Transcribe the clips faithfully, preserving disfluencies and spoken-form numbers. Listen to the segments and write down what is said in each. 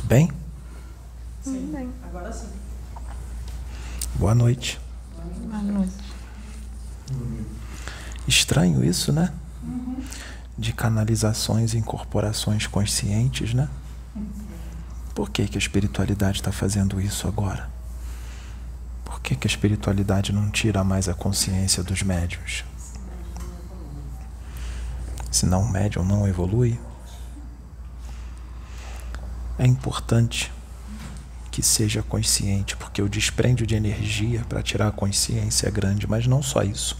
bem? Sim, bem. Agora sim. Boa noite. Boa noite. Estranho isso, né? Uhum. De canalizações e incorporações conscientes, né? Por que que a espiritualidade está fazendo isso agora? Por que que a espiritualidade não tira mais a consciência dos médiuns? Senão o médium não evolui? É importante que seja consciente, porque o dispêndio de energia para tirar a consciência é grande, mas não só isso.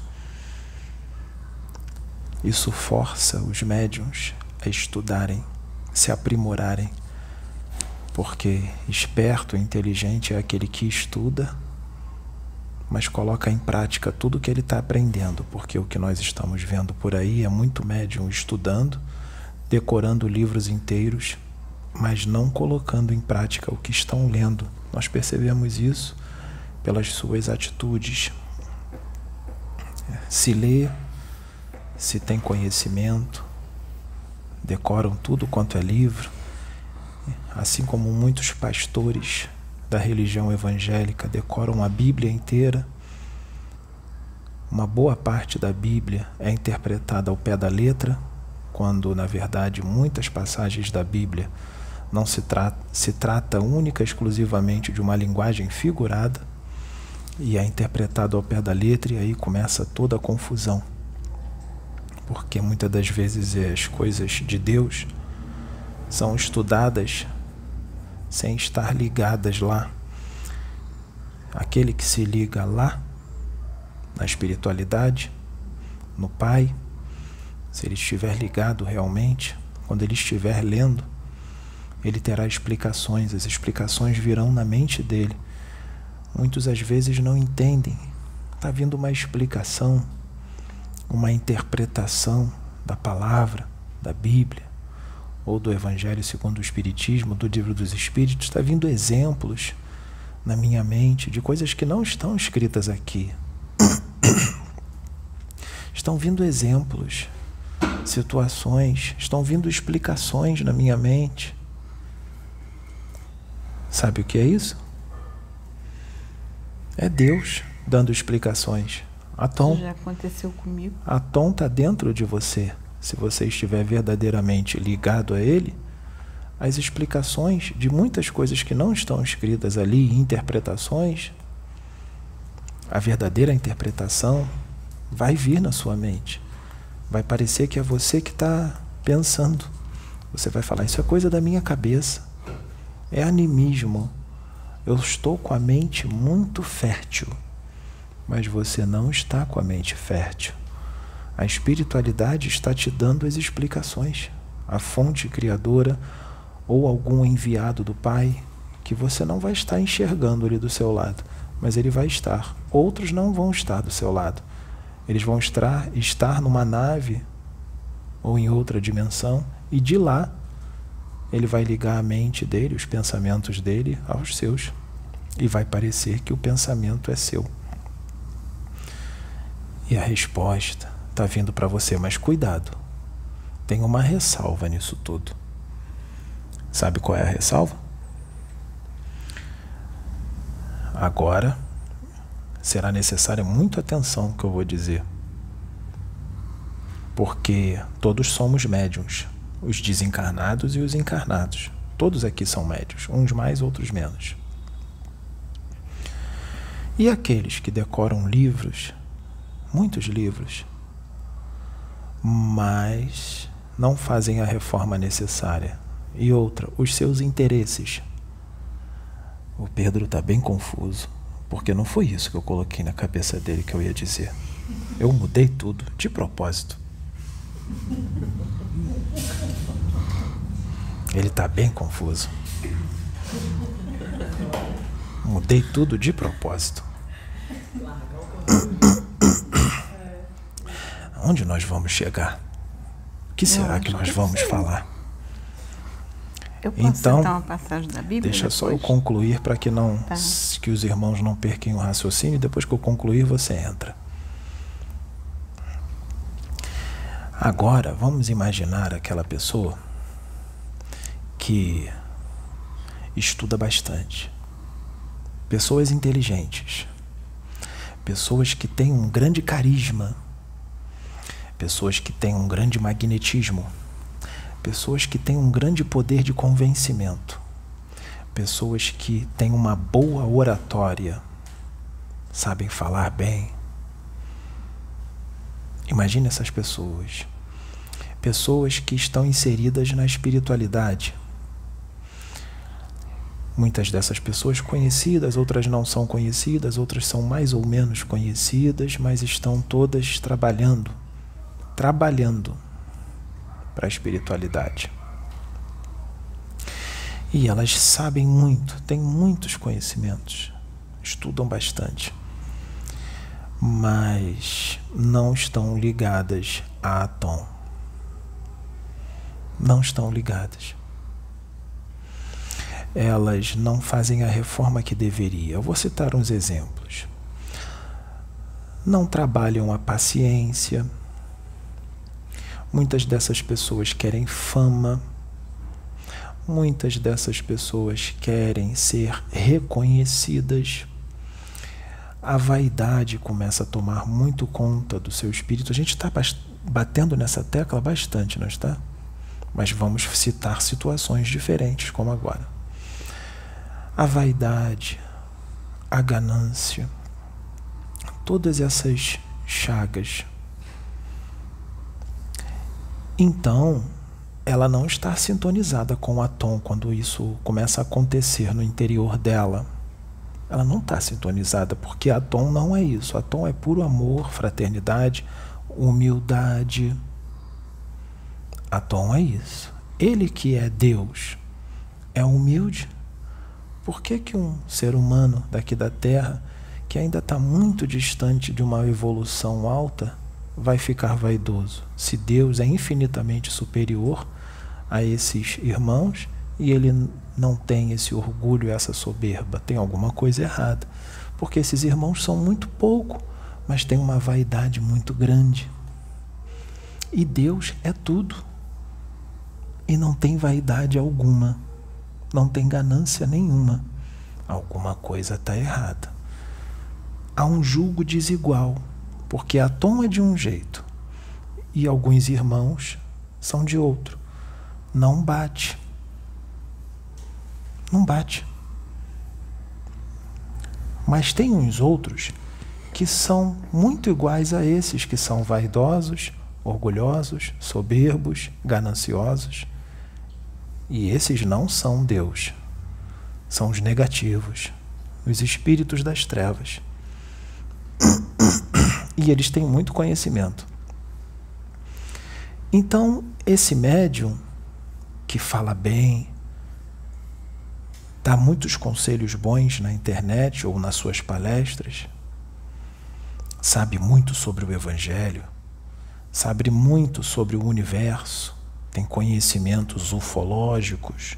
Isso força os médiuns a estudarem, se aprimorarem, porque esperto e inteligente é aquele que estuda, mas coloca em prática tudo o que ele está aprendendo, porque o que nós estamos vendo por aí é muito médium estudando, decorando livros inteiros, mas não colocando em prática o que estão lendo. Nós percebemos isso pelas suas atitudes. Se lê, se tem conhecimento, decoram tudo quanto é livro, assim como muitos pastores da religião evangélica decoram a Bíblia inteira. Uma boa parte da Bíblia é interpretada ao pé da letra, quando, na verdade, muitas passagens da Bíblia não se trata, se trata única e exclusivamente de uma linguagem figurada, e é interpretado ao pé da letra, e aí começa toda a confusão. Porque muitas das vezes as coisas de Deus são estudadas sem estar ligadas lá. Aquele que se liga lá, na espiritualidade, no Pai, se ele estiver ligado realmente, quando ele estiver lendo, ele terá explicações, as explicações virão na mente dele. Muitos às vezes não entendem. Está vindo uma explicação, uma interpretação da palavra, da Bíblia, ou do Evangelho segundo o Espiritismo, do Livro dos Espíritos. Está vindo exemplos na minha mente de coisas que não estão escritas aqui. Estão vindo exemplos, situações, estão vindo explicações na minha mente. Sabe o que é isso? É Deus dando explicações. A Tom, Isso já aconteceu comigo. A Tom está dentro de você. Se você estiver verdadeiramente ligado a Ele, as explicações de muitas coisas que não estão escritas ali, interpretações, a verdadeira interpretação vai vir na sua mente. Vai parecer que é você que está pensando. Você vai falar, isso é coisa da minha cabeça. É animismo. Eu estou com a mente muito fértil. Mas você não está com a mente fértil. A espiritualidade está te dando as explicações. A fonte criadora ou algum enviado do Pai, que você não vai estar enxergando ali do seu lado, mas ele vai estar. Outros não vão estar do seu lado. Eles vão estar, estar numa nave ou em outra dimensão, e de lá ele vai ligar a mente dele, os pensamentos dele aos seus, e vai parecer que o pensamento é seu. E a resposta está vindo para você, mas cuidado, tem uma ressalva nisso tudo. Sabe qual é a ressalva? Agora será necessária muita atenção no que eu vou dizer, porque todos somos médiuns, os desencarnados e os encarnados. Todos aqui são médiuns, uns mais, outros menos. E aqueles que decoram livros, muitos livros, mas não fazem a reforma necessária. E outra, os seus interesses. O Pedro está bem confuso, porque não foi isso que eu coloquei na cabeça dele que eu ia dizer. Eu mudei tudo, de propósito. Ele está bem confuso. Mudei tudo de propósito. Onde nós vamos chegar? O que será que nós vamos falar? Eu posso então, citar uma passagem da Bíblia? Deixa depois? só eu concluir para que não, Tá. que os irmãos não percam o raciocínio. Depois que eu concluir, você entra. Agora, vamos imaginar aquela pessoa que estuda bastante. Pessoas inteligentes. Pessoas que têm um grande carisma. Pessoas que têm um grande magnetismo. Pessoas que têm um grande poder de convencimento. Pessoas que têm uma boa oratória. Sabem falar bem. Imagine essas pessoas. Pessoas que estão inseridas na espiritualidade. Muitas dessas pessoas conhecidas, outras não são conhecidas, outras são mais ou menos conhecidas, mas estão todas trabalhando, trabalhando para a espiritualidade. E elas sabem muito, têm muitos conhecimentos, estudam bastante, mas não estão ligadas a Atom. Não estão ligadas. Elas não fazem a reforma que deveria. Eu vou citar uns exemplos. Não trabalham a paciência. Muitas dessas pessoas querem fama. Muitas dessas pessoas querem ser reconhecidas. A vaidade começa a tomar muito conta do seu espírito. A gente está batendo nessa tecla bastante, não está? Mas vamos citar situações diferentes, como agora. A vaidade, a ganância, todas essas chagas. Então, ela não está sintonizada com o Atom quando isso começa a acontecer no interior dela. Ela não está sintonizada, porque Atom não é isso. Atom é puro amor, fraternidade, humildade. Atom é isso. Ele que é Deus é humilde. Por que que um ser humano daqui da Terra, que ainda está muito distante de uma evolução alta, vai ficar vaidoso? Se Deus é infinitamente superior a esses irmãos e ele não tem esse orgulho e essa soberba, tem alguma coisa errada. Porque esses irmãos são muito pouco, mas têm uma vaidade muito grande. E Deus é tudo. E não tem vaidade alguma. Não tem ganância nenhuma. Alguma coisa está errada. Há um julgo desigual, porque Atom é de um jeito e alguns irmãos são de outro. Não bate. Não bate. Mas tem uns outros que são muito iguais a esses, que são vaidosos, orgulhosos, soberbos, gananciosos. E esses não são Deus. São os negativos, os espíritos das trevas. E eles têm muito conhecimento. Então, esse médium que fala bem, dá muitos conselhos bons na internet ou nas suas palestras, sabe muito sobre o Evangelho, sabe muito sobre o universo, tem conhecimentos ufológicos,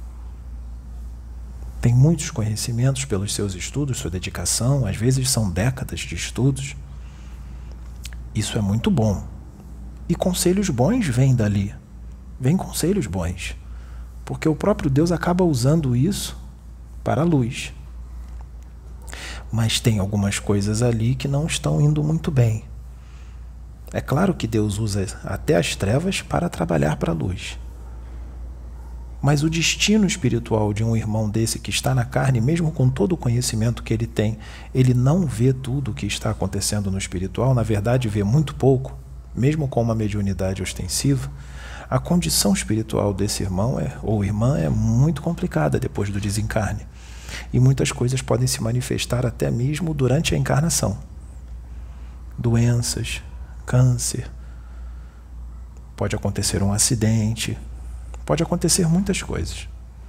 tem muitos conhecimentos pelos seus estudos, sua dedicação, às vezes são décadas de estudos. Isso é muito bom. E conselhos bons vêm dali. Vêm conselhos bons. Porque o próprio Deus acaba usando isso para a luz. Mas tem algumas coisas ali que não estão indo muito bem. É claro que Deus usa até as trevas para trabalhar para a luz. Mas o destino espiritual de um irmão desse que está na carne, mesmo com todo o conhecimento que ele tem, ele não vê tudo o que está acontecendo no espiritual, na verdade vê muito pouco, mesmo com uma mediunidade ostensiva. A condição espiritual desse irmão é, ou irmã é muito complicada depois do desencarne. E muitas coisas podem se manifestar até mesmo durante a encarnação. Doenças, câncer, pode acontecer um acidente, pode acontecer muitas coisas.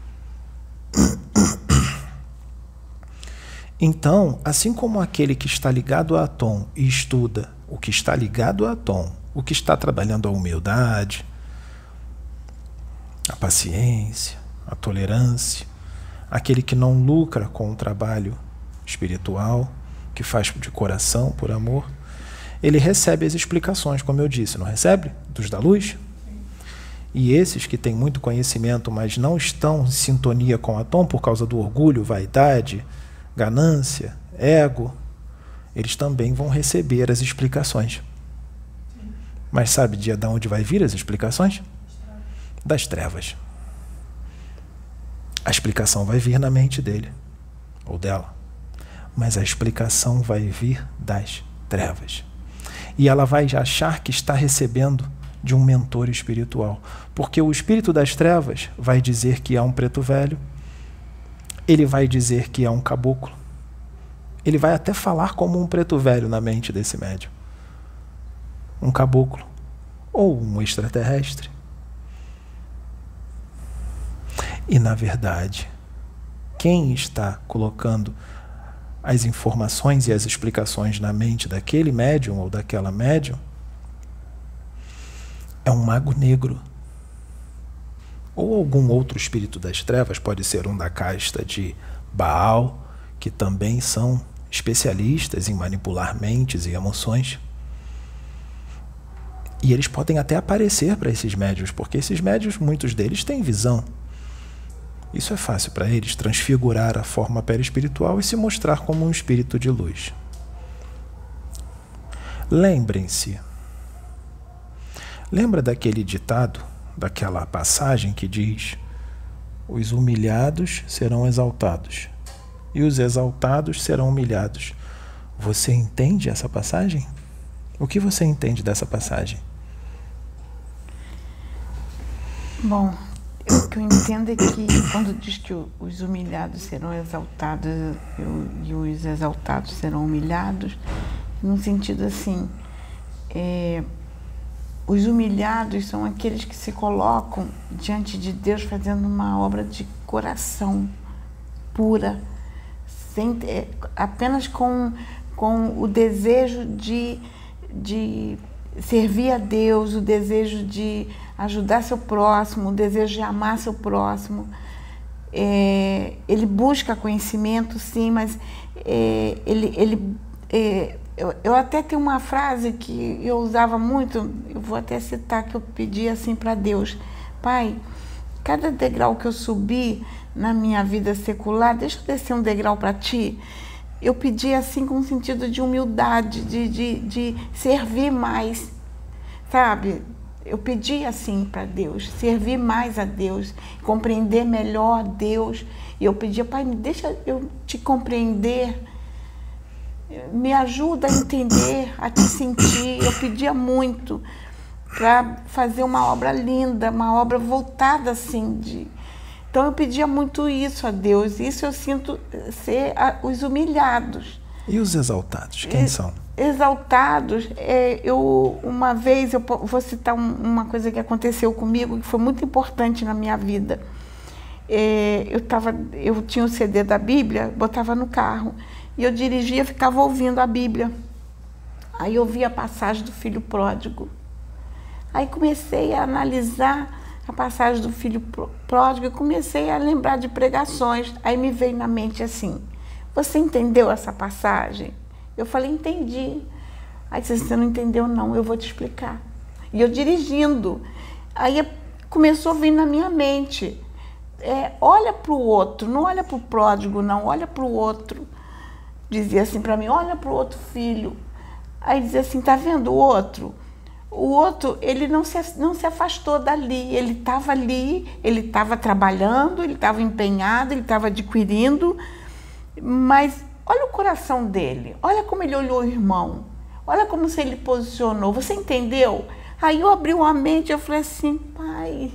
Então, assim como aquele que está ligado a Atom e estuda o que está ligado a Atom, o que está trabalhando a humildade, a paciência, a tolerância, aquele que não lucra com o trabalho espiritual, que faz de coração, por amor, ele recebe as explicações, como eu disse, não recebe? Dos da luz? E esses que têm muito conhecimento, mas não estão em sintonia com a Tom por causa do orgulho, vaidade, ganância, ego, eles também vão receber as explicações. Mas sabe de onde vai vir as explicações? Das trevas. A explicação vai vir na mente dele, ou dela. Mas a explicação vai vir das trevas. E ela vai achar que está recebendo de um mentor espiritual. Porque o espírito das trevas vai dizer que é um preto velho, ele vai dizer que é um caboclo, ele vai até falar como um preto velho na mente desse médium. Um caboclo ou um extraterrestre. E, na verdade, quem está colocando as informações e as explicações na mente daquele médium ou daquela médium é um mago negro. Ou algum outro espírito das trevas, pode ser um da casta de Baal, que também são especialistas em manipular mentes e emoções. E eles podem até aparecer para esses médiuns, porque esses médiuns, muitos deles, têm visão. Isso é fácil para eles, transfigurar a forma perispiritual e se mostrar como um espírito de luz. Lembrem-se. Lembra daquele ditado, daquela passagem que diz: os humilhados serão exaltados e os exaltados serão humilhados. Você entende essa passagem? O que você entende dessa passagem? Bom, o que eu entendo é que quando diz que os humilhados serão exaltados e os exaltados serão humilhados, no sentido assim, é, os humilhados são aqueles que se colocam diante de Deus fazendo uma obra de coração pura, sem, é, apenas com, com o desejo de, de servir a Deus, o desejo de ajudar seu próximo, o desejo de amar seu próximo. É, ele busca conhecimento, sim, mas é, ele, ele, é, eu, eu até tenho uma frase que eu usava muito, eu vou até citar, que eu pedi assim para Deus: Pai, cada degrau que eu subi na minha vida secular, deixa eu descer um degrau para Ti. Eu pedi assim com um sentido de humildade, de, de, de servir mais, sabe? Eu pedi assim para Deus, servir mais a Deus, compreender melhor Deus. E eu pedia: Pai, me deixa eu te compreender, me ajuda a entender, a te sentir. Eu pedia muito para fazer uma obra linda, uma obra voltada assim de... Então eu pedia muito isso a Deus. Isso eu sinto ser a, os humilhados. E os exaltados, quem e, são? Exaltados, é, eu uma vez, eu vou citar um, uma coisa que aconteceu comigo, que foi muito importante na minha vida. É, eu, tava, eu tinha o C D da Bíblia, botava no carro, e eu dirigia, ficava ouvindo a Bíblia. Aí eu vi a passagem do filho pródigo. Aí comecei a analisar a passagem do filho pródigo e comecei a lembrar de pregações. Aí me veio na mente assim: você entendeu essa passagem? Eu falei: entendi. Aí disse: você não entendeu não, eu vou te explicar. E eu dirigindo, aí começou a vir na minha mente: é, olha para o outro, não olha para o pródigo não, olha para o outro. Dizia assim para mim: olha para o outro filho. Aí dizia assim: tá vendo o outro? O outro, ele não se, não se afastou dali, ele estava ali, ele estava trabalhando, ele estava empenhado, ele estava adquirindo, mas olha o coração dele, olha como ele olhou o irmão, olha como se ele posicionou, você entendeu? Aí eu abri uma mente, eu falei assim: Pai,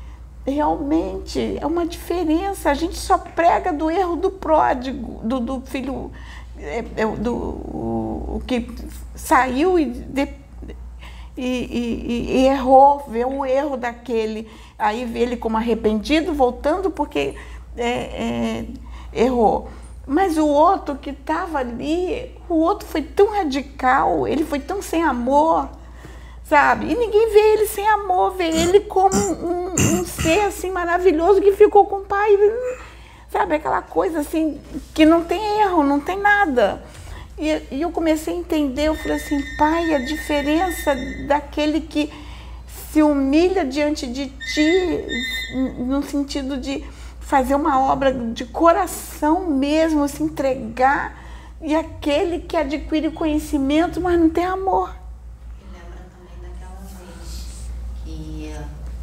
realmente é uma diferença, a gente só prega do erro do pródigo, do, do filho, é, é, do o, o que saiu e... De, E, e, e errou, vê o erro daquele, aí vê ele como arrependido, voltando porque é, é, errou. Mas o outro que estava ali, o outro foi tão radical, ele foi tão sem amor, sabe? E ninguém vê ele sem amor, vê ele como um, um ser assim maravilhoso que ficou com o pai, sabe? Aquela coisa assim que não tem erro, não tem nada. E eu comecei a entender, eu falei assim: Pai, a diferença daquele que se humilha diante de ti, no sentido de fazer uma obra de coração mesmo, se entregar, e aquele que adquire conhecimento, mas não tem amor. E lembra também daquela vez que...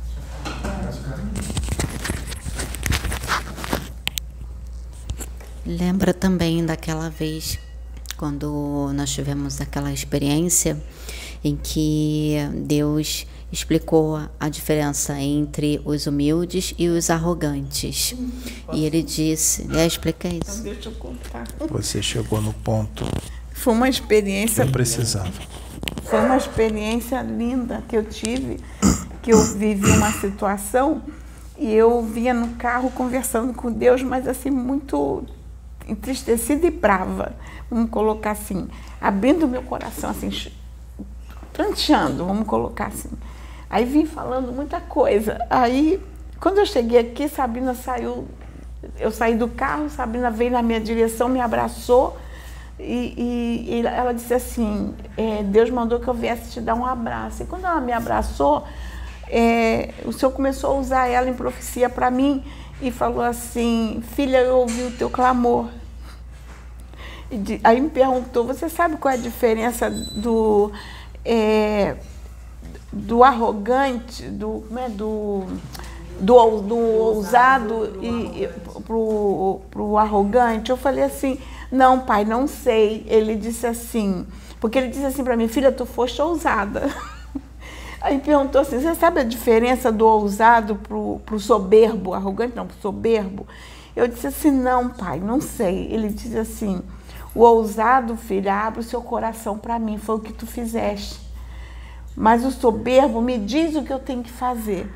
Lembra também daquela vez quando nós tivemos aquela experiência em que Deus explicou a diferença entre os humildes e os arrogantes. Hum, e ele disse, é, explica isso. Então deixa eu contar. Você chegou no ponto. Foi uma experiência... Eu precisava. Foi uma experiência linda que eu tive, que eu vivi uma situação e eu vinha no carro conversando com Deus, mas assim, muito entristecida e brava. Vamos colocar assim, abrindo o meu coração, assim, pranteando, vamos colocar assim. Aí vim falando muita coisa. Aí, quando eu cheguei aqui, Sabrina saiu, eu saí do carro, Sabrina veio na minha direção, me abraçou e, e, e ela disse assim, é, Deus mandou que eu viesse te dar um abraço. E quando ela me abraçou, é, o Senhor começou a usar ela em profecia para mim e falou assim, filha, eu ouvi o teu clamor. E de, aí me perguntou, você sabe qual é a diferença do... É, do arrogante, do, né, do, do, do ousado e, e pro, pro arrogante? Eu falei assim, não, pai, não sei. Ele disse assim, porque ele disse assim para mim, filha, tu foste ousada. Aí perguntou assim, você sabe a diferença do ousado pro, pro soberbo, arrogante não, pro soberbo? Eu disse assim, não, pai, não sei. Ele disse assim, o ousado, filha, abre o seu coração para mim, foi o que tu fizeste. Mas o soberbo me diz o que eu tenho que fazer.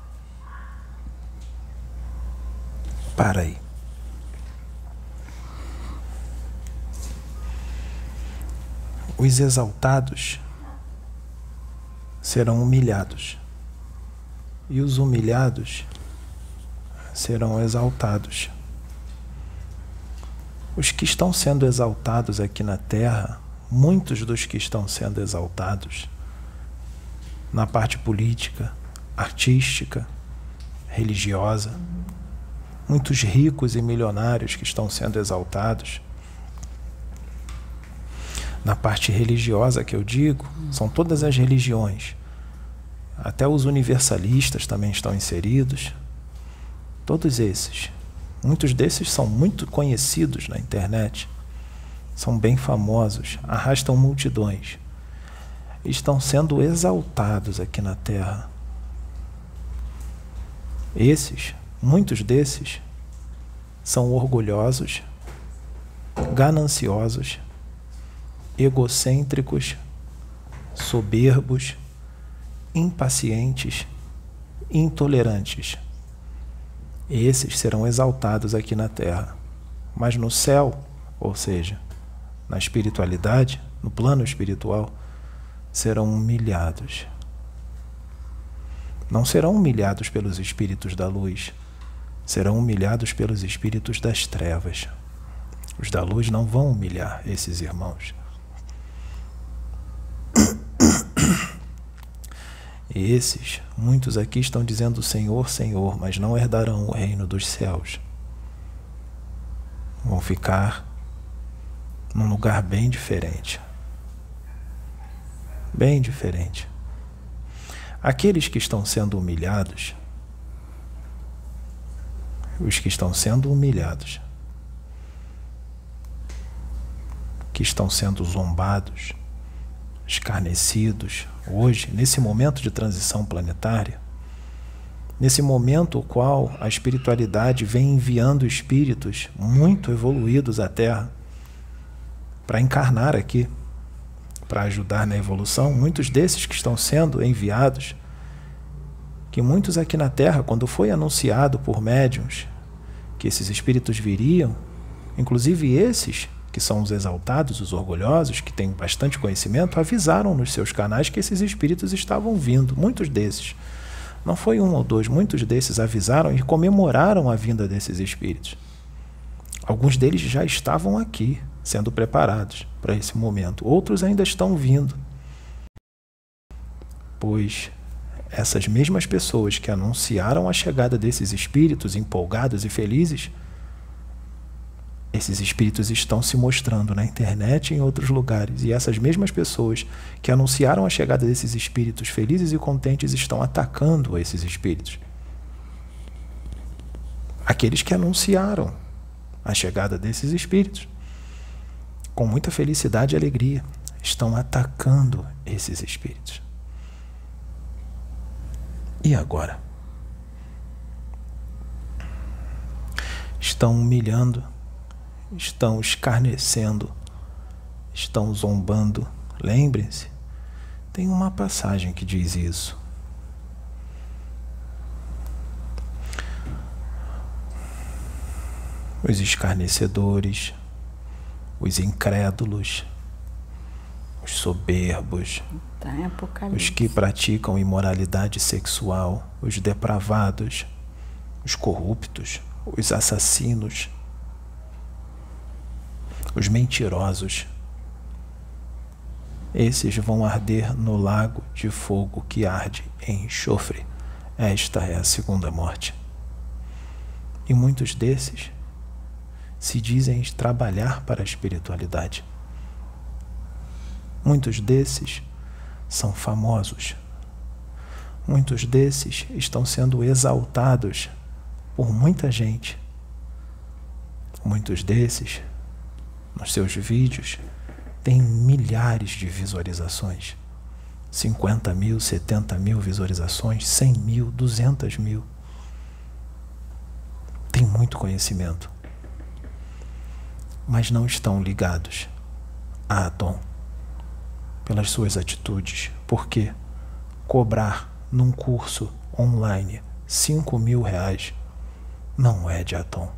Para aí. Os exaltados serão humilhados, e os humilhados serão exaltados. Os que estão sendo exaltados aqui na terra, muitos dos que estão sendo exaltados, na parte política, artística, religiosa, muitos ricos e milionários que estão sendo exaltados. Na parte religiosa que eu digo, são todas as religiões. Até os universalistas também estão inseridos. Todos esses. Muitos desses são muito conhecidos na internet. São bem famosos, arrastam multidões. Estão sendo exaltados aqui na terra. Esses, muitos desses, são orgulhosos, gananciosos, egocêntricos, soberbos, impacientes, intolerantes. Esses serão exaltados aqui na terra. Mas no céu, ou seja, na espiritualidade, no plano espiritual, serão humilhados. Não serão humilhados pelos espíritos da luz, serão humilhados pelos espíritos das trevas. Os da luz não vão humilhar esses irmãos. E esses, muitos aqui estão dizendo Senhor, Senhor, mas não herdarão o reino dos céus. Vão ficar num lugar bem diferente. Bem diferente. Aqueles que estão sendo humilhados, os que estão sendo humilhados, que estão sendo zombados, escarnecidos, hoje, nesse momento de transição planetária, nesse momento o qual a espiritualidade vem enviando espíritos muito evoluídos à Terra para encarnar aqui, para ajudar na evolução, muitos desses que estão sendo enviados, que muitos aqui na Terra, quando foi anunciado por médiuns que esses espíritos viriam, inclusive esses que são os exaltados, os orgulhosos, que têm bastante conhecimento, avisaram nos seus canais que esses espíritos estavam vindo, muitos desses. Não foi um ou dois, muitos desses avisaram e comemoraram a vinda desses espíritos. Alguns deles já estavam aqui, sendo preparados para esse momento. Outros ainda estão vindo. Pois essas mesmas pessoas que anunciaram a chegada desses espíritos empolgados e felizes, esses espíritos estão se mostrando na internet e em outros lugares. E essas mesmas pessoas que anunciaram a chegada desses espíritos felizes e contentes estão atacando esses espíritos. Aqueles que anunciaram a chegada desses espíritos, com muita felicidade e alegria, estão atacando esses espíritos. E agora? Estão humilhando, estão escarnecendo, estão zombando. Lembrem-se, tem uma passagem que diz isso. Os escarnecedores, os incrédulos, os soberbos, os que praticam imoralidade sexual, os depravados, os corruptos, os assassinos, os mentirosos. Esses vão arder no lago de fogo que arde em enxofre. Esta é a segunda morte. E muitos desses se dizem trabalhar para a espiritualidade. Muitos desses são famosos. Muitos desses estão sendo exaltados por muita gente. Muitos desses, nos seus vídeos, têm milhares de visualizações. cinquenta mil, setenta mil visualizações, cem mil, duzentas mil. Tem muito conhecimento, mas não estão ligados a Atom pelas suas atitudes. Por quê? Cobrar num curso online cinco mil reais não é de Atom.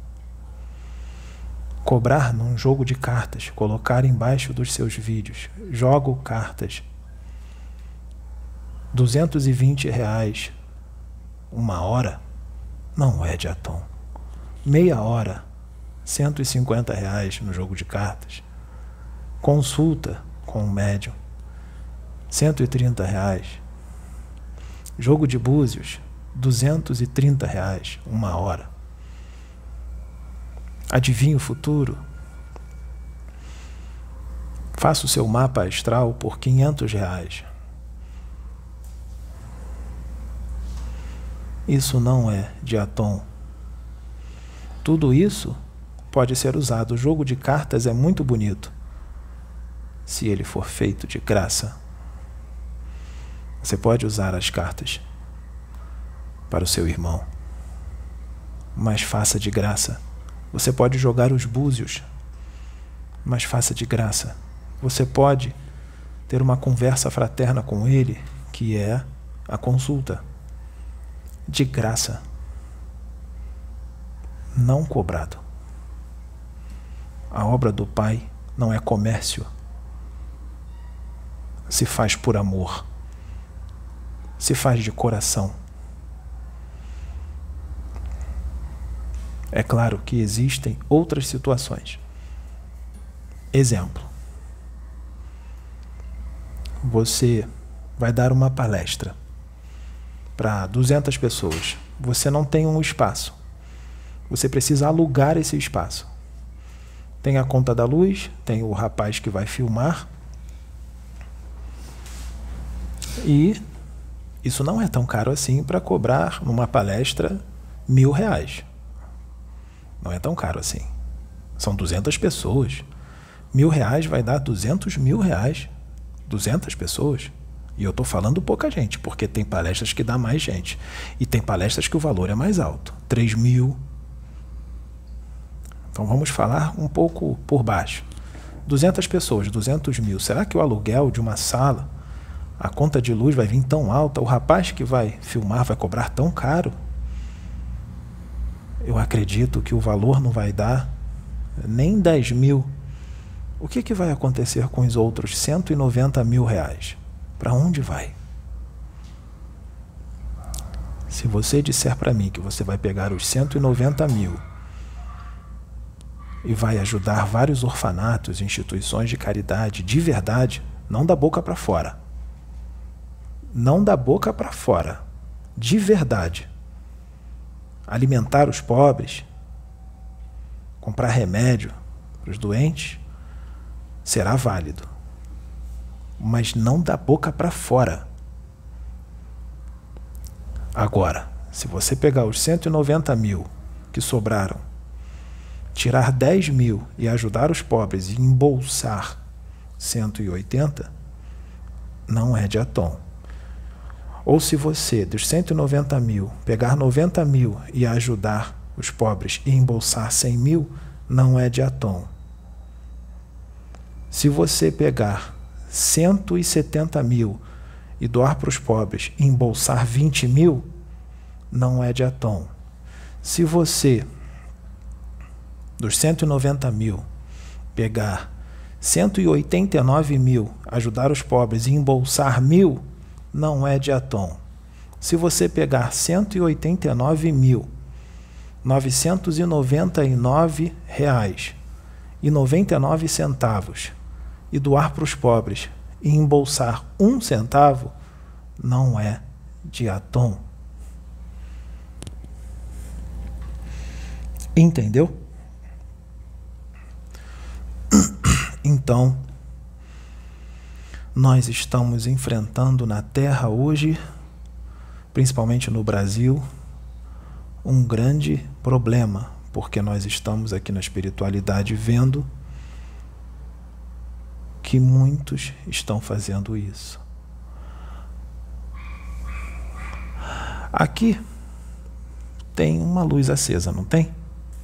Cobrar num jogo de cartas, colocar embaixo dos seus vídeos, jogo cartas, duzentos e vinte reais uma hora, não é de Atom. Meia hora, cento e cinquenta reais no jogo de cartas. Consulta com um médium, cento e trinta reais. Jogo de búzios, duzentos e trinta reais uma hora. Adivinhe o futuro. Faça o seu mapa astral por quinhentos reais. Isso não é de Atom. Tudo isso pode ser usado. O jogo de cartas é muito bonito, se ele for feito de graça. Você pode usar as cartas para o seu irmão, mas faça de graça. Você pode jogar os búzios, mas faça de graça. Você pode ter uma conversa fraterna com ele, que é a consulta, de graça, não cobrado. A obra do Pai não é comércio. Se faz por amor. Se faz de coração. É claro que existem outras situações. Exemplo. Você vai dar uma palestra para duzentas pessoas. Você não tem um espaço. Você precisa alugar esse espaço. Tem a conta da luz, tem o rapaz que vai filmar. E isso não é tão caro assim para cobrar numa palestra mil reais. Não é tão caro assim. São duzentas pessoas. Mil reais vai dar duzentos mil reais. duzentas pessoas. E eu estou falando pouca gente, porque tem palestras que dá mais gente. E tem palestras que o valor é mais alto. três mil. Então vamos falar um pouco por baixo. duzentas pessoas, duzentos mil. Será que o aluguel de uma sala, a conta de luz vai vir tão alta? O rapaz que vai filmar vai cobrar tão caro? Eu acredito que o valor não vai dar nem dez mil. O que, que vai acontecer com os outros cento e noventa mil reais? Para onde vai? Se você disser para mim que você vai pegar os cento e noventa mil e vai ajudar vários orfanatos, instituições de caridade, de verdade, não da boca para fora, não da boca para fora, de verdade, alimentar os pobres, comprar remédio para os doentes, será válido. Mas não da boca para fora. Agora, se você pegar os cento e noventa mil que sobraram, tirar dez mil e ajudar os pobres e embolsar cento e oitenta, não é diatom. Ou se você, dos cento e noventa mil, pegar noventa mil e ajudar os pobres e embolsar cem mil, não é diatom. Se você pegar cento e setenta mil e doar para os pobres e embolsar vinte mil, não é diatom. Se você, dos cento e noventa mil, pegar cento e oitenta e nove mil, ajudar os pobres e embolsar mil, não é diatom. Se você pegar cento e oitenta e nove mil, novecentos e noventa e nove reais e noventa e nove centavos e doar para os pobres e embolsar um centavo, não é diatom. Entendeu? Então, nós estamos enfrentando na Terra hoje, principalmente no Brasil, um grande problema, porque nós estamos aqui na espiritualidade vendo que muitos estão fazendo isso. Aqui tem uma luz acesa, não tem?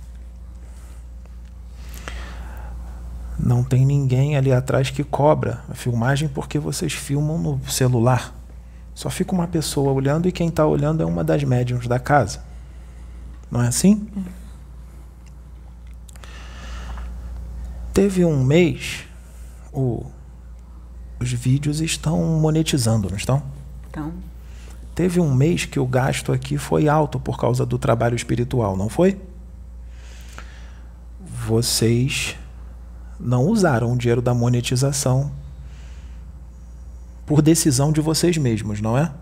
Não tem ninguém ali atrás que cobra a filmagem porque vocês filmam no celular. Só fica uma pessoa olhando e quem está olhando é uma das médiuns da casa. Não é assim? Uhum. Teve um mês, o, os vídeos estão monetizando, não estão? Então. Teve um mês que o gasto aqui foi alto por causa do trabalho espiritual, não foi? Vocês não usaram o dinheiro da monetização por decisão de vocês mesmos, não é?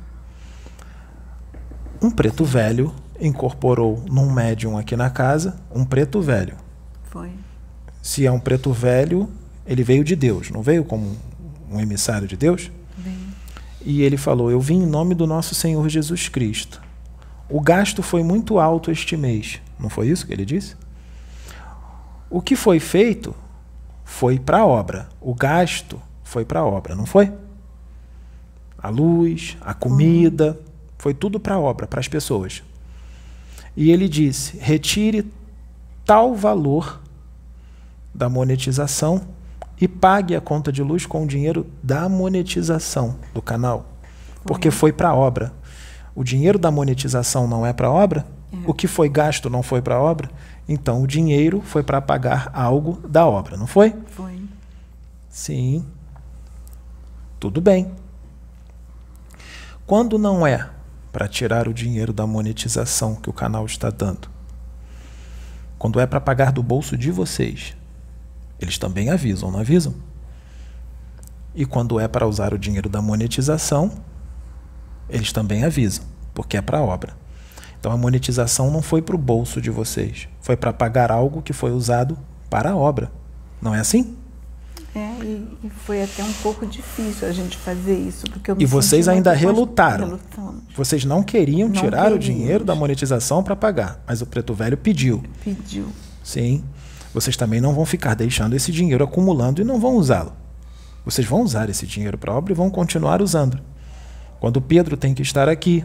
Um preto velho incorporou num médium aqui na casa, um preto velho. Foi. Se é um preto velho, ele veio de Deus, não veio como um emissário de Deus? Veio. E ele falou, eu vim em nome do nosso Senhor Jesus Cristo. O gasto foi muito alto este mês. Não foi isso que ele disse? O que foi feito foi para a obra. O gasto foi para a obra, não foi? A luz, a comida, foi tudo para a obra, para as pessoas. E ele disse, retire tal valor da monetização e pague a conta de luz com o dinheiro da monetização do canal. Porque foi para a obra. O dinheiro da monetização não é para a obra? É. O que foi gasto não foi para a obra? Então, o dinheiro foi para pagar algo da obra, não foi? Foi. Sim. Tudo bem. Quando não é para tirar o dinheiro da monetização que o canal está dando, quando é para pagar do bolso de vocês, eles também avisam, não avisam? E quando é para usar o dinheiro da monetização, eles também avisam, porque é para a obra. Então a monetização não foi para o bolso de vocês, foi para pagar algo que foi usado para a obra. Não é assim? É, e, e foi até um pouco difícil a gente fazer isso. Porque eu me e vocês ainda relutaram. relutando. Vocês não queriam não tirar queríamos. o dinheiro da monetização para pagar, mas o preto velho pediu. Pediu. Sim. Vocês também não vão ficar deixando esse dinheiro acumulando e não vão usá-lo. Vocês vão usar esse dinheiro para a obra e vão continuar usando. Quando o Pedro tem que estar aqui.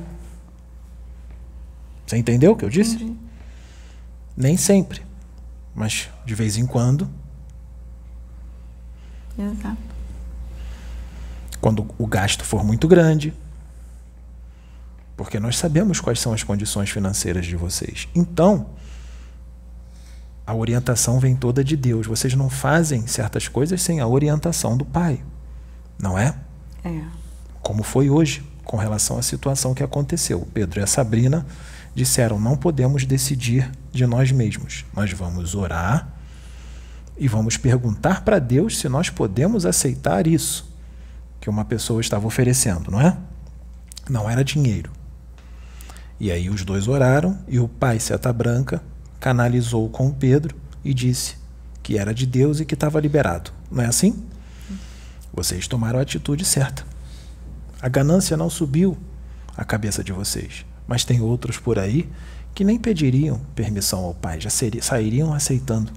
Você entendeu o que eu disse? Entendi. Nem sempre, mas de vez em quando. Exato. Quando o gasto for muito grande, porque nós sabemos quais são as condições financeiras de vocês. Então, a orientação vem toda de Deus. Vocês não fazem certas coisas sem a orientação do Pai, não é? É. Como foi hoje, com relação à situação que aconteceu. O Pedro e a Sabrina disseram, não podemos decidir de nós mesmos. Nós vamos orar e vamos perguntar para Deus se nós podemos aceitar isso. que uma pessoa estava oferecendo, não é? Não era dinheiro. E aí os dois oraram e o pai Seta Branca canalizou com o Pedro e disse que era de Deus e que estava liberado. Não é assim? Vocês tomaram a atitude certa. A ganância não subiu a cabeça de vocês, mas tem outros por aí que nem pediriam permissão ao pai, já seria, sairiam aceitando.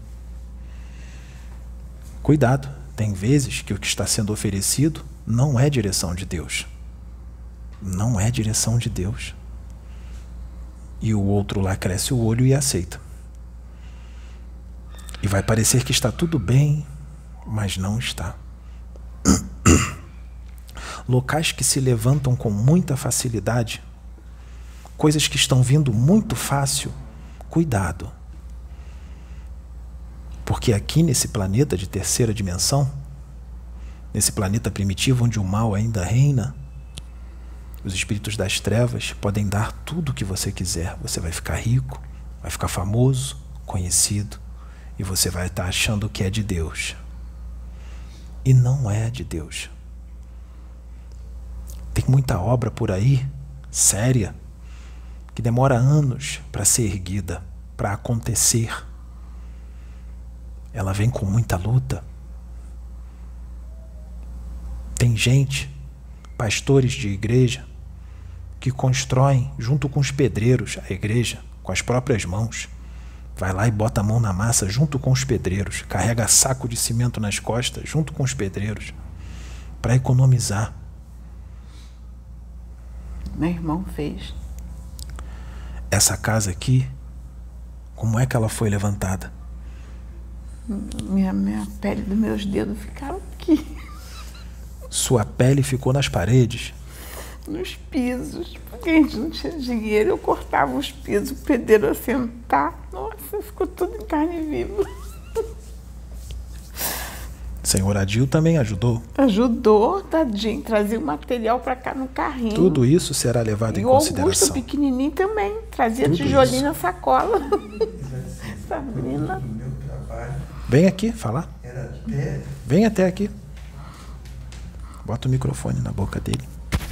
Cuidado, tem vezes que o que está sendo oferecido não é direção de Deus. Não é direção de Deus. E o outro lá cresce o olho e aceita. E vai parecer que está tudo bem, mas não está. Locais que se levantam com muita facilidade, coisas que estão vindo muito fácil, cuidado. Porque aqui nesse planeta de terceira dimensão, nesse planeta primitivo onde o mal ainda reina, os espíritos das trevas podem dar tudo o que você quiser. Você vai ficar rico, vai ficar famoso, conhecido, e você vai estar achando que é de Deus. E não é de Deus. Tem muita obra por aí, séria, que demora anos para ser erguida, para acontecer. Ela vem com muita luta. Tem gente, pastores de igreja, que constroem junto com os pedreiros a igreja, com as próprias mãos. Vai lá e bota a mão na massa junto com os pedreiros, carrega saco de cimento nas costas junto com os pedreiros, para economizar. Meu irmão fez. Essa casa aqui, como é que ela foi levantada? Minha, minha pele dos meus dedos ficaram aqui. Sua pele ficou nas paredes? Nos pisos. Porque a gente não tinha dinheiro, eu cortava os pisos, o pedreiro ia sentar. Nossa, ficou tudo em carne viva. Senhor Adil também ajudou? Ajudou, tadinho, trazia o material para cá no carrinho. Tudo isso será levado e em o consideração. Augusto pequenininho também, trazia Tudo tijolinho isso. na sacola. Sabrina. Vem aqui falar. Vem até aqui. Bota o microfone na boca dele.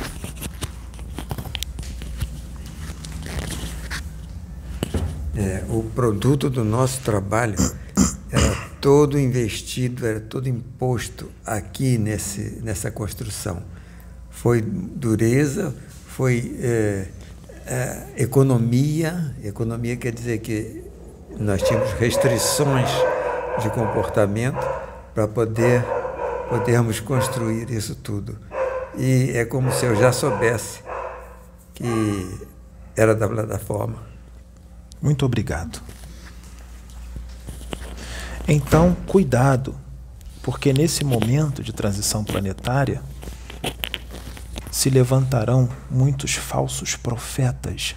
É, o produto do nosso trabalho era todo investido, era todo imposto aqui nesse, nessa construção. Foi dureza, foi é, é, economia. Economia quer dizer que nós tínhamos restrições de comportamento para poder podermos construir isso tudo. E é como se eu já soubesse que era da plataforma. Muito obrigado. Então, cuidado, porque nesse momento de transição planetária se levantarão muitos falsos profetas.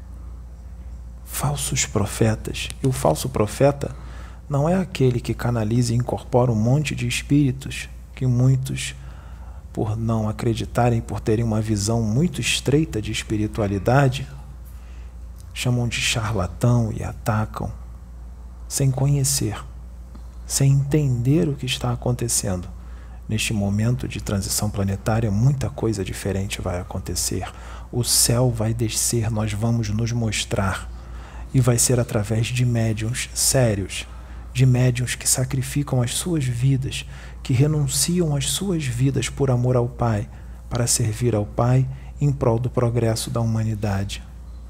Falsos profetas. E o falso profeta não é aquele que canaliza e incorpora um monte de espíritos que muitos, por não acreditarem, por terem uma visão muito estreita de espiritualidade, chamam de charlatão e atacam, sem conhecer, sem entender o que está acontecendo. Neste momento de transição planetária, muita coisa diferente vai acontecer. O céu vai descer, nós vamos nos mostrar, e vai ser através de médiuns sérios, de médiuns que sacrificam as suas vidas, que renunciam às suas vidas por amor ao Pai, para servir ao Pai em prol do progresso da humanidade.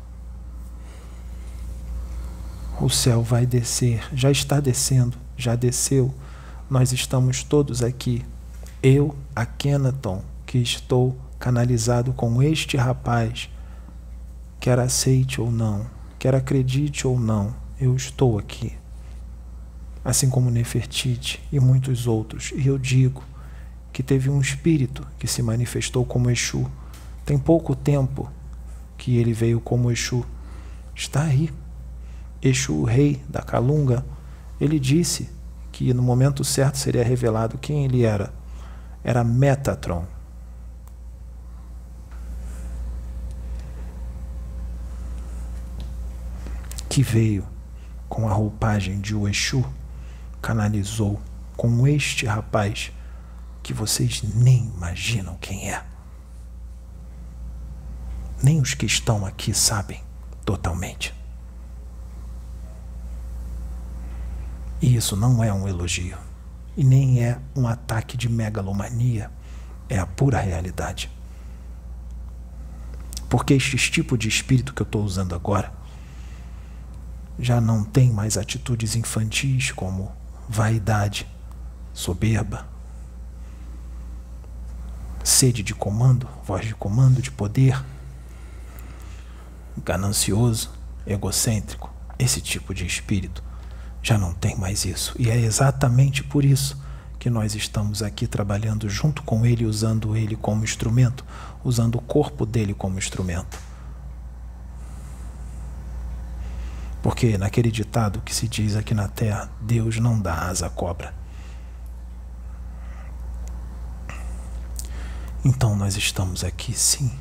O céu vai descer, já está descendo, já desceu. Nós estamos todos aqui. Eu, Akhenaton, que estou canalizado com este rapaz, quer aceite ou não, quer acredite ou não, eu estou aqui. Assim como Nefertiti e muitos outros. E eu digo que teve um espírito que se manifestou como Exu. Tem pouco tempo que ele veio como Exu. Está aí. Exu, o rei da Calunga, ele disse que no momento certo seria revelado quem ele era. Era Metatron. Que veio com a roupagem de o Exu, canalizou com este rapaz que vocês nem imaginam quem é. Nem os que estão aqui sabem totalmente. E isso não é um elogio. E nem é um ataque de megalomania. É a pura realidade. Porque este tipo de espírito que eu estou usando agora já não tem mais atitudes infantis como vaidade, soberba, sede de comando, voz de comando, de poder, ganancioso, egocêntrico. Esse tipo de espírito já não tem mais isso. E é exatamente por isso que nós estamos aqui trabalhando junto com ele, usando ele como instrumento, usando o corpo dele como instrumento. Porque naquele ditado que se diz aqui na Terra, Deus não dá asa à cobra. Então nós estamos aqui, sim.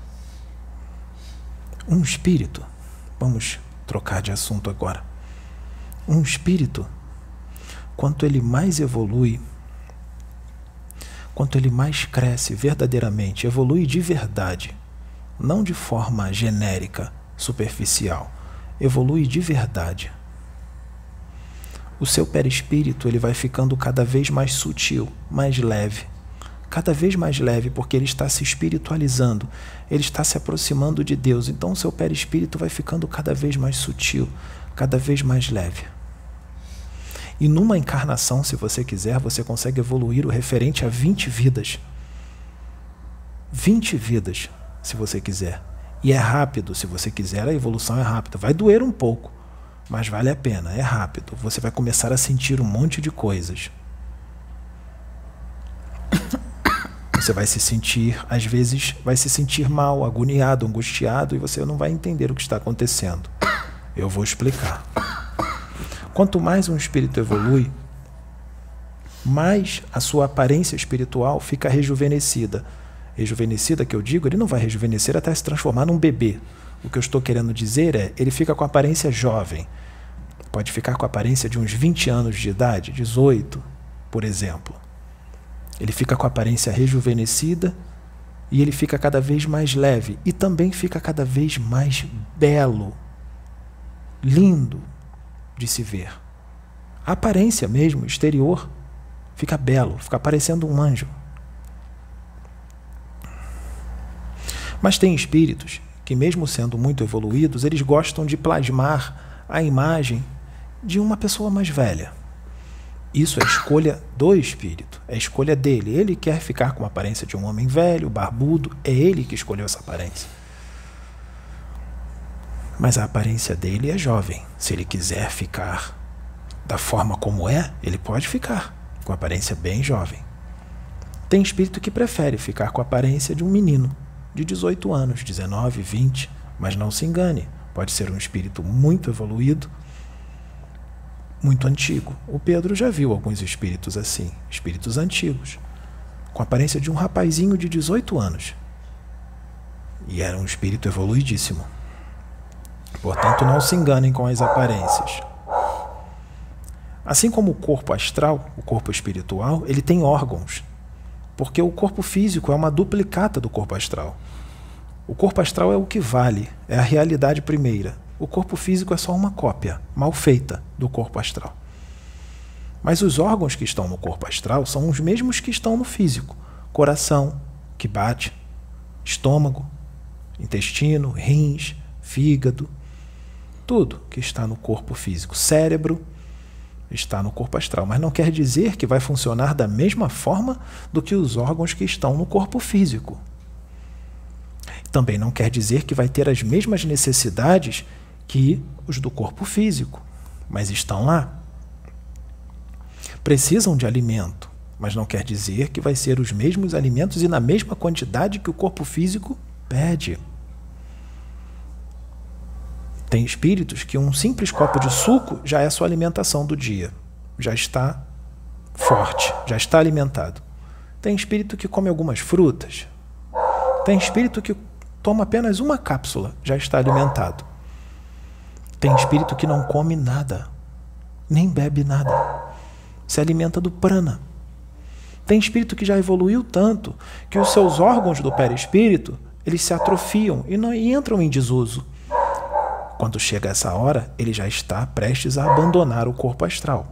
Um espírito, vamos trocar de assunto agora. Um espírito, quanto ele mais evolui, quanto ele mais cresce verdadeiramente, evolui de verdade, não de forma genérica, superficial, evolui de verdade. O seu perispírito ele vai ficando cada vez mais sutil, mais leve, cada vez mais leve, porque ele está se espiritualizando, ele está se aproximando de Deus. Então o seu perispírito vai ficando cada vez mais sutil, cada vez mais leve. E numa encarnação, se você quiser, você consegue evoluir o referente a vinte vidas. vinte vidas, se você quiser. E é rápido, se você quiser, a evolução é rápida. Vai doer um pouco, mas vale a pena, é rápido. Você vai começar a sentir um monte de coisas. Você vai se sentir, às vezes, vai se sentir mal, agoniado, angustiado, e você não vai entender o que está acontecendo. Eu vou explicar. Quanto mais um espírito evolui, mais a sua aparência espiritual fica rejuvenescida. Rejuvenescida, que eu digo, ele não vai rejuvenescer até se transformar num bebê. O que eu estou querendo dizer é, ele fica com a aparência jovem. Pode ficar com a aparência de uns vinte anos de idade, dezoito, por exemplo. Ele fica com a aparência rejuvenescida e ele fica cada vez mais leve e também fica cada vez mais belo, lindo de se ver. A aparência mesmo, exterior, fica belo, fica parecendo um anjo. Mas tem espíritos que, mesmo sendo muito evoluídos, eles gostam de plasmar a imagem de uma pessoa mais velha. Isso é escolha do espírito, é escolha dele. Ele quer ficar com a aparência de um homem velho, barbudo, é ele que escolheu essa aparência. Mas a aparência dele é jovem. Se ele quiser ficar da forma como é, ele pode ficar com a aparência bem jovem. Tem espírito que prefere ficar com a aparência de um menino de dezoito anos, dezenove, vinte, mas não se engane, pode ser um espírito muito evoluído, muito antigo. O Pedro já viu alguns espíritos assim, espíritos antigos, com a aparência de um rapazinho de dezoito anos. E era um espírito evoluidíssimo. Portanto, não se enganem com as aparências. Assim como o corpo astral, o corpo espiritual, ele tem órgãos, porque o corpo físico é uma duplicata do corpo astral. O corpo astral é o que vale, é a realidade primeira. O corpo físico é só uma cópia, mal feita, do corpo astral. Mas os órgãos que estão no corpo astral são os mesmos que estão no físico. Coração, que bate, estômago, intestino, rins, fígado, tudo que está no corpo físico. Cérebro está no corpo astral, mas não quer dizer que vai funcionar da mesma forma do que os órgãos que estão no corpo físico. Também não quer dizer que vai ter as mesmas necessidades que os do corpo físico, mas estão lá. Precisam de alimento, mas não quer dizer que vai ser os mesmos alimentos e na mesma quantidade que o corpo físico pede. Tem espíritos que um simples copo de suco já é a sua alimentação do dia. Já está forte, já está alimentado. Tem espírito que come algumas frutas. Tem espírito que toma apenas uma cápsula, já está alimentado. Tem espírito que não come nada, nem bebe nada. Se alimenta do prana. Tem espírito que já evoluiu tanto que os seus órgãos do perispírito, eles se atrofiam e, não, e entram em desuso. Quando chega essa hora, ele já está prestes a abandonar o corpo astral.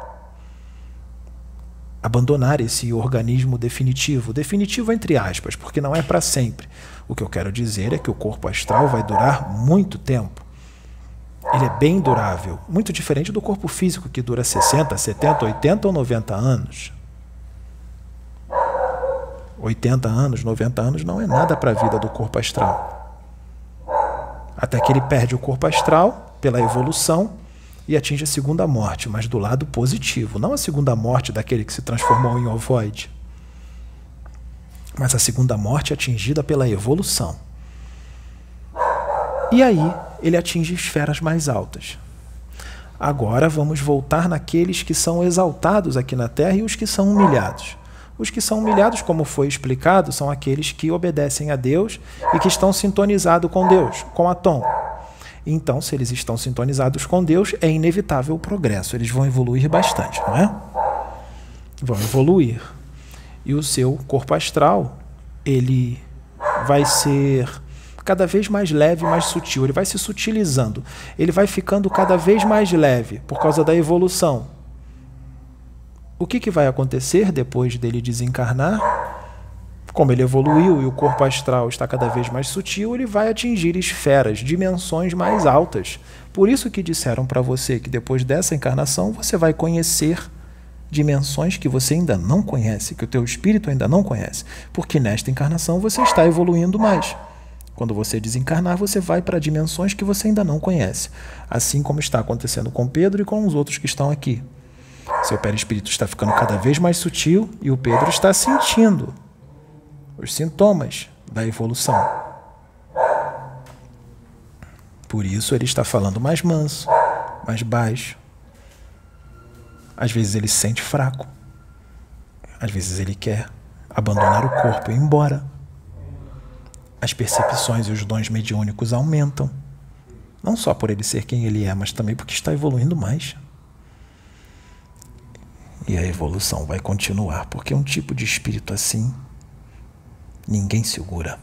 Abandonar esse organismo definitivo. Definitivo entre aspas, porque não é para sempre. O que eu quero dizer é que o corpo astral vai durar muito tempo. Ele é bem durável, muito diferente do corpo físico, que dura sessenta, setenta, oitenta ou noventa anos. oitenta anos, noventa anos não é nada para a vida do corpo astral. Até que ele perde o corpo astral pela evolução e atinge a segunda morte, mas do lado positivo, não a segunda morte daquele que se transformou em ovoide, mas a segunda morte atingida pela evolução. E aí ele atinge esferas mais altas. Agora vamos voltar naqueles que são exaltados aqui na Terra e os que são humilhados. Os que são humilhados, como foi explicado, são aqueles que obedecem a Deus e que estão sintonizados com Deus, com Atom. Então, se eles estão sintonizados com Deus, é inevitável o progresso. Eles vão evoluir bastante, não é? Vão evoluir. E o seu corpo astral, ele vai ser cada vez mais leve, mais sutil. Ele vai se sutilizando. Ele vai ficando cada vez mais leve por causa da evolução. O que, que vai acontecer depois dele desencarnar? Como ele evoluiu e o corpo astral está cada vez mais sutil, ele vai atingir esferas, dimensões mais altas. Por isso que disseram para você que depois dessa encarnação você vai conhecer dimensões que você ainda não conhece, que o teu espírito ainda não conhece. Porque nesta encarnação você está evoluindo mais. Quando você desencarnar, você vai para dimensões que você ainda não conhece. Assim como está acontecendo com Pedro e com os outros que estão aqui. Seu perispírito está ficando cada vez mais sutil e o Pedro está sentindo os sintomas da evolução. Por isso ele está falando mais manso, mais baixo. Às vezes ele se sente fraco. Às vezes ele quer abandonar o corpo e ir embora. As percepções e os dons mediúnicos aumentam. Não só por ele ser quem ele é, mas também porque está evoluindo mais. E a evolução vai continuar, porque um tipo de espírito assim, ninguém segura.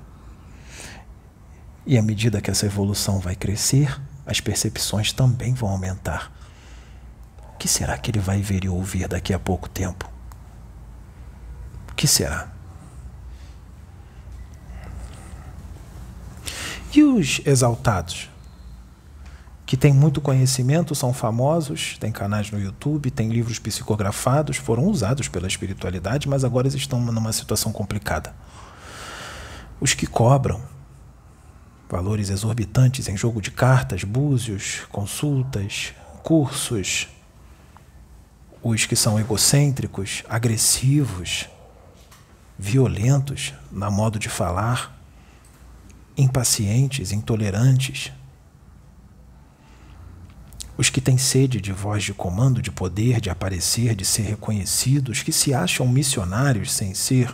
E à medida que essa evolução vai crescer, as percepções também vão aumentar. O que será que ele vai ver e ouvir daqui a pouco tempo? O que será? E os exaltados? Que têm muito conhecimento, são famosos, têm canais no YouTube, têm livros psicografados, foram usados pela espiritualidade, mas agora eles estão numa situação complicada. Os que cobram valores exorbitantes em jogo de cartas, búzios, consultas, cursos, os que são egocêntricos, agressivos, violentos na modo de falar, impacientes, intolerantes, os que têm sede de voz de comando, de poder, de aparecer, de ser reconhecidos, que se acham missionários sem ser.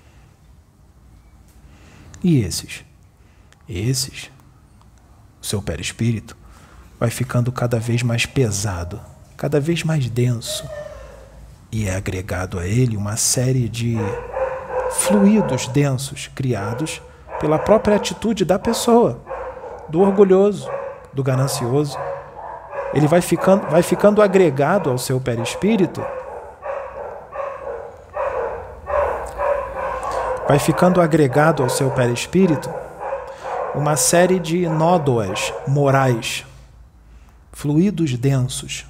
E esses? Esses, o seu perispírito, vai ficando cada vez mais pesado, cada vez mais denso, e é agregado a ele uma série de fluidos densos criados pela própria atitude da pessoa, do orgulhoso, do ganancioso. Ele vai ficando, vai ficando agregado ao seu perispírito, vai ficando agregado ao seu perispírito uma série de nódoas morais, fluidos densos.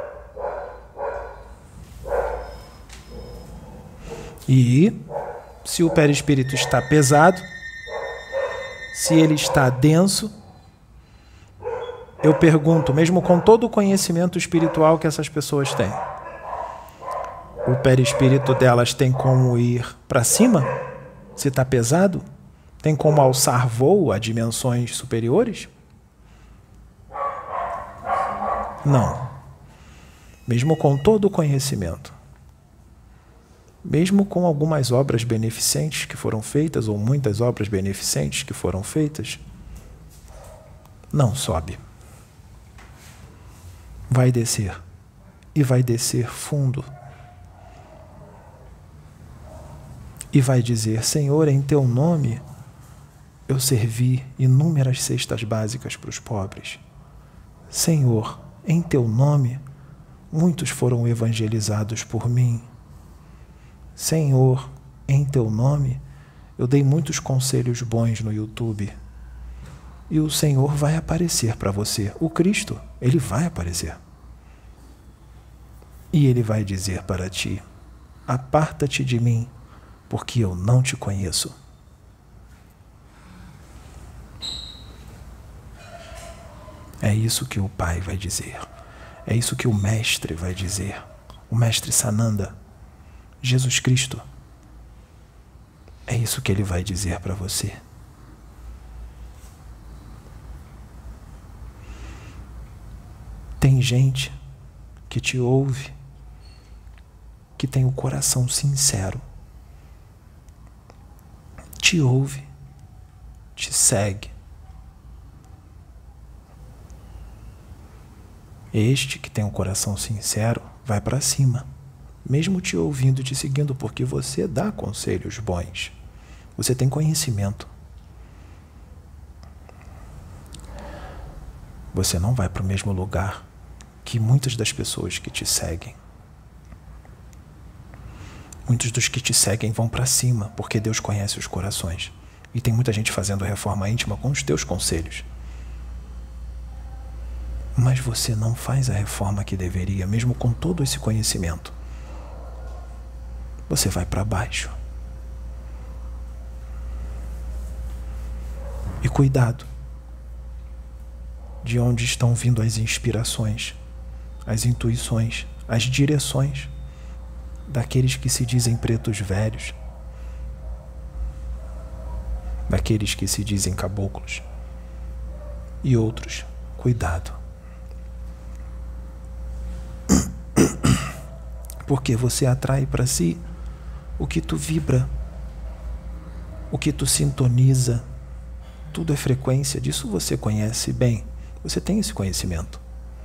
E, se o perispírito está pesado, se ele está denso, eu pergunto, mesmo com todo o conhecimento espiritual que essas pessoas têm, o perispírito delas tem como ir para cima? Se está pesado? Tem como alçar voo a dimensões superiores? Não. Mesmo com todo o conhecimento, mesmo com algumas obras beneficentes que foram feitas, ou muitas obras beneficentes que foram feitas, não sobe. Vai descer. E vai descer fundo. e vai dizer: Senhor, em teu nome eu servi inúmeras cestas básicas para os pobres. Senhor, em teu nome muitos foram evangelizados por mim. Senhor, em teu nome eu dei muitos conselhos bons no YouTube. E o Senhor vai aparecer para você. O Cristo, ele vai aparecer. E ele vai dizer para ti: aparta-te de mim, porque eu não te conheço. É isso que o Pai vai dizer. É isso que o Mestre vai dizer. O Mestre Sananda, Jesus Cristo. É isso que ele vai dizer para você. Tem gente que te ouve, que tem o coração sincero. Te ouve, te segue. Este que tem um coração sincero vai para cima, mesmo te ouvindo e te seguindo, porque você dá conselhos bons. Você tem conhecimento. Você não vai para o mesmo lugar que muitas das pessoas que te seguem. Muitos dos que te seguem vão para cima, porque Deus conhece os corações. E tem muita gente fazendo reforma íntima com os teus conselhos. Mas você não faz a reforma que deveria, mesmo com todo esse conhecimento. Você vai para baixo. E cuidado de onde estão vindo as inspirações, as intuições, as direções daqueles que se dizem pretos velhos, daqueles que se dizem caboclos e outros. Cuidado. Porque você atrai para si o que tu vibra, o que tu sintoniza. Tudo é frequência, disso você conhece bem. Você tem esse conhecimento.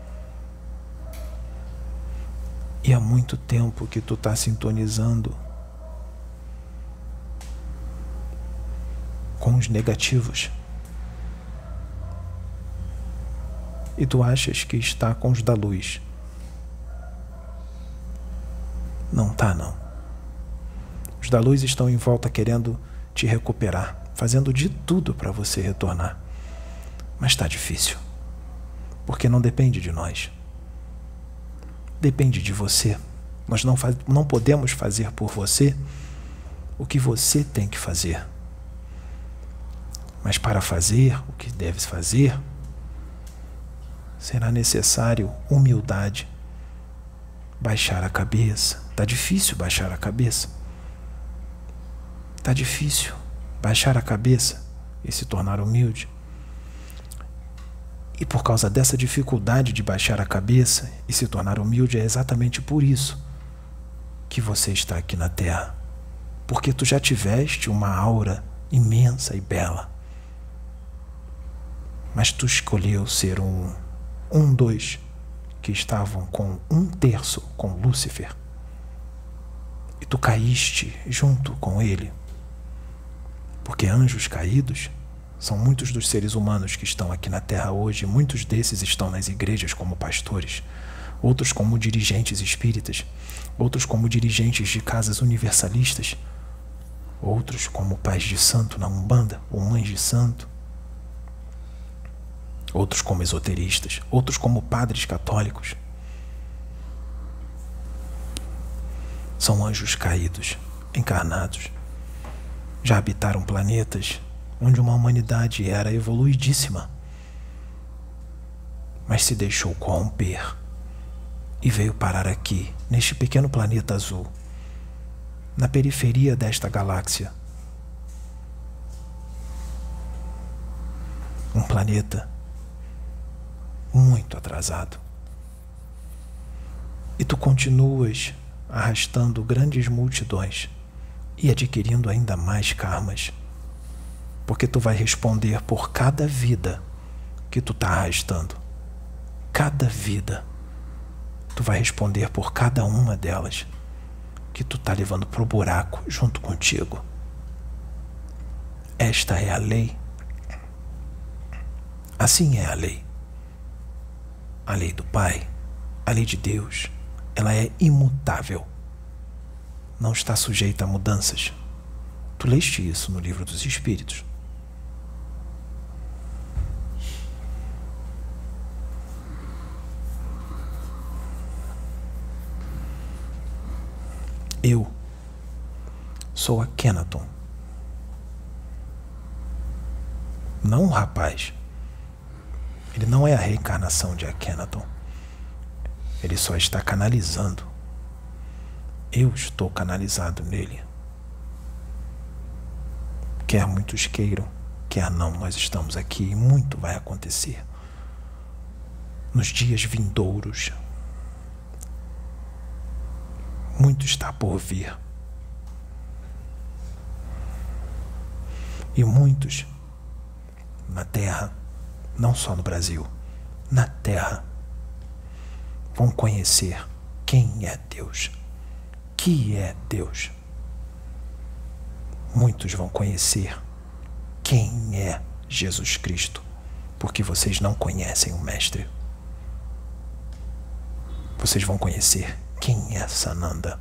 E há muito tempo que tu está sintonizando com os negativos. E tu achas que está com os da luz. Não tá, não. Os da luz estão em volta querendo te recuperar, fazendo de tudo para você retornar. Mas está difícil, porque não depende de nós. Depende de você. Nós não, faz, não podemos fazer por você o que você tem que fazer. Mas para fazer o que deves fazer, será necessário humildade, baixar a cabeça. Está difícil baixar a cabeça. Está difícil baixar a cabeça e se tornar humilde. E por causa dessa dificuldade de baixar a cabeça e se tornar humilde, é exatamente por isso que você está aqui na Terra. Porque tu já tiveste uma aura imensa e bela. Mas tu escolheu ser um, um dois que estavam com um terço com Lúcifer. E tu caíste junto com ele. Porque anjos caídos são muitos dos seres humanos que estão aqui na Terra hoje. Muitos desses estão nas igrejas como pastores, outros como dirigentes espíritas, outros como dirigentes de casas universalistas, outros como pais de santo na Umbanda ou mães de santo, outros como esoteristas, outros como padres católicos. São anjos caídos, encarnados. Já habitaram planetas onde uma humanidade era evoluidíssima, mas se deixou corromper e veio parar aqui, neste pequeno planeta azul, na periferia desta galáxia. Um planeta muito atrasado. E tu continuas arrastando grandes multidões e adquirindo ainda mais karmas, porque tu vai responder por cada vida que tu tá arrastando. Cada vida. Tu vai responder por cada uma delas. que tu tá levando pro buraco junto contigo. Esta é a lei. Assim é a lei. A lei do Pai, a lei de Deus, ela é imutável. Não está sujeita a mudanças. Tu leste isso no Livro dos Espíritos. Eu sou Akhenaton. Não um rapaz. Ele não é a reencarnação de Akhenaton. Ele só está canalizando. Eu estou canalizado nele. Quer muitos queiram, quer não, nós estamos aqui e muito vai acontecer. Nos dias vindouros, muito está por vir. E muitos na Terra, não só no Brasil, na Terra, vão conhecer quem é Deus, que é Deus. Muitos vão conhecer quem é Jesus Cristo, porque vocês não conhecem o Mestre. Vocês vão conhecer quem é Sananda.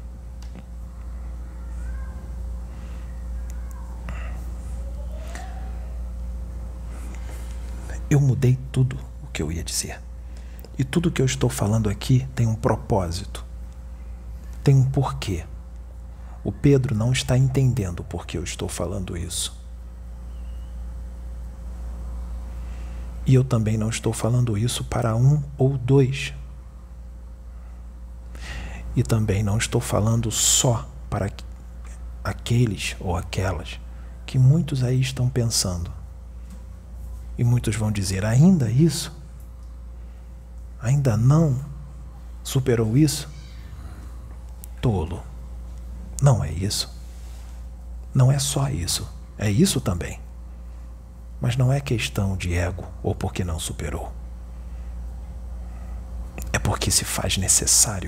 Eu mudei tudo o que eu ia dizer. E tudo que eu estou falando aqui tem um propósito. Tem um porquê. O Pedro não está entendendo por que eu estou falando isso. E eu também não estou falando isso para um ou dois. E também não estou falando só para aqueles ou aquelas que muitos aí estão pensando. E muitos vão dizer, ainda isso? Ainda não superou isso? Tolo. Não é isso. Não é só isso. É isso também. Mas não é questão de ego ou porque não superou. É porque se faz necessário.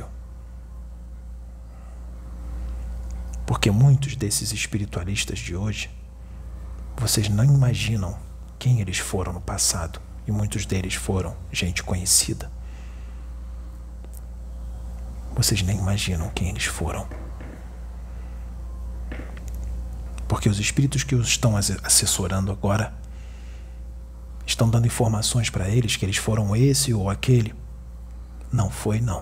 Porque muitos desses espiritualistas de hoje, vocês não imaginam quem eles foram no passado. E muitos deles foram gente conhecida. Vocês nem imaginam quem eles foram. Porque os espíritos que os estão assessorando agora estão dando informações para eles que eles foram esse ou aquele. Não foi, não.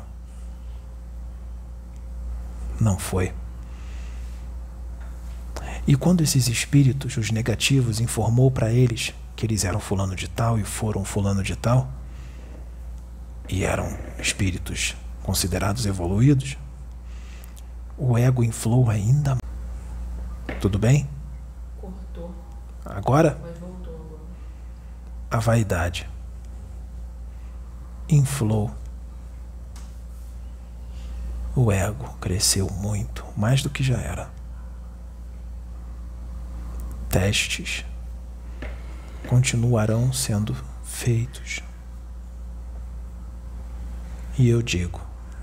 Não foi. E quando esses espíritos, os negativos, informou para eles que eles eram fulano de tal e foram fulano de tal, e eram espíritos considerados evoluídos, o ego inflou ainda. Tudo bem? Cortou. Agora? Mas voltou agora. A vaidade inflou. O ego cresceu muito, mais do que já era. Testes continuarão sendo feitos. E eu digo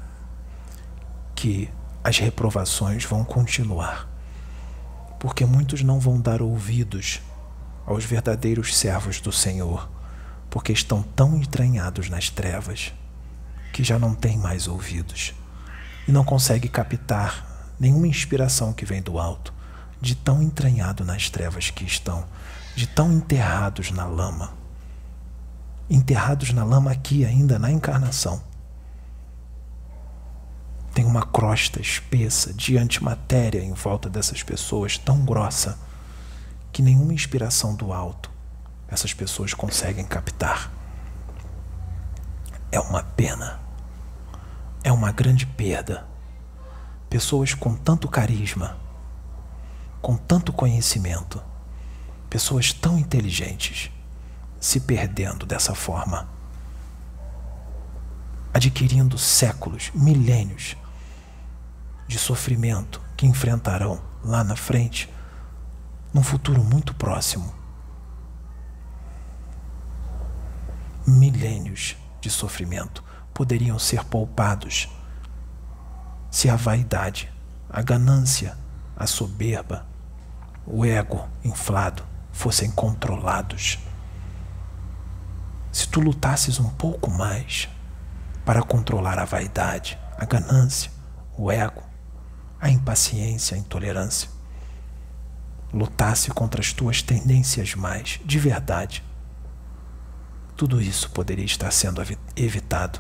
que as reprovações vão continuar, porque muitos não vão dar ouvidos aos verdadeiros servos do Senhor, porque estão tão entranhados nas trevas que já não têm mais ouvidos e não conseguem captar nenhuma inspiração que vem do alto, de tão entranhado nas trevas que estão, de tão enterrados na lama, enterrados na lama aqui ainda na encarnação. Tem uma crosta espessa de antimatéria em volta dessas pessoas, tão grossa que nenhuma inspiração do alto essas pessoas conseguem captar. É uma pena, é uma grande perda. Pessoas com tanto carisma, com tanto conhecimento, pessoas tão inteligentes, se perdendo dessa forma, adquirindo séculos, milênios de sofrimento que enfrentarão lá na frente, num futuro muito próximo. Milênios de sofrimento poderiam ser poupados se a vaidade a ganância, a soberba, o ego inflado fossem controlados. Se tu lutasses um pouco mais para controlar a vaidade, a ganância, o ego, a impaciência, a intolerância, lutasse contra as tuas tendências mais, de verdade, tudo isso poderia estar sendo evitado.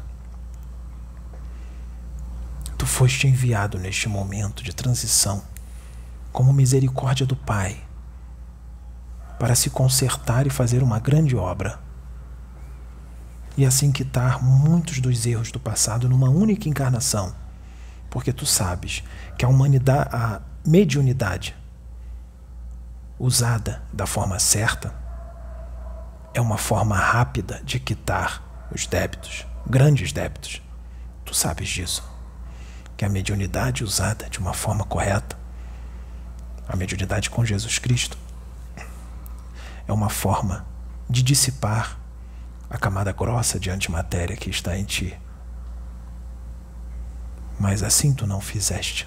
Tu foste enviado neste momento de transição como misericórdia do Pai para se consertar e fazer uma grande obra e assim quitar muitos dos erros do passado numa única encarnação, porque tu sabes que a humanidade, a mediunidade usada da forma certa é uma forma rápida de quitar os débitos, grandes débitos. Tu sabes disso, que a mediunidade usada de uma forma correta, a mediunidade com Jesus Cristo, é uma forma de dissipar a camada grossa de antimatéria que está em ti. Mas assim tu não fizeste.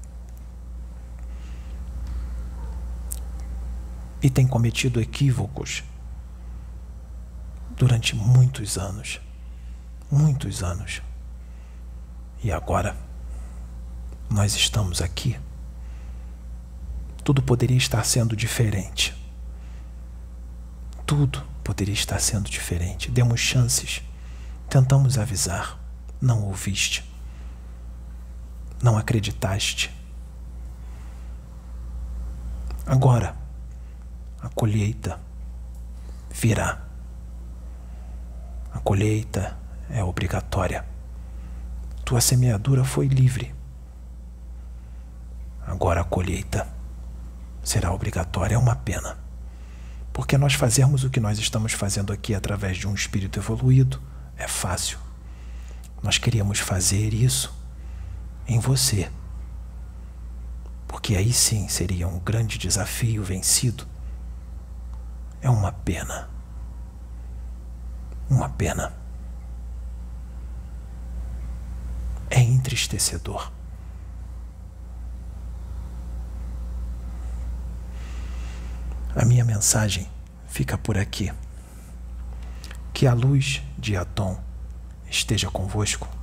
E tem cometido equívocos durante muitos anos. Muitos anos. E agora, nós estamos aqui. Tudo poderia estar sendo diferente. Tudo poderia estar sendo diferente. Demos chances. Tentamos avisar. Não ouviste. Não acreditaste. Agora, a colheita virá. A colheita é obrigatória. Tua semeadura foi livre. Agora a colheita será obrigatória. É uma pena. Porque nós fazermos o que nós estamos fazendo aqui através de um espírito evoluído é fácil. Nós queríamos fazer isso em você. Porque aí sim seria um grande desafio vencido. É uma pena. Uma pena. É entristecedor. A minha mensagem fica por aqui. Que a luz de Atom esteja convosco.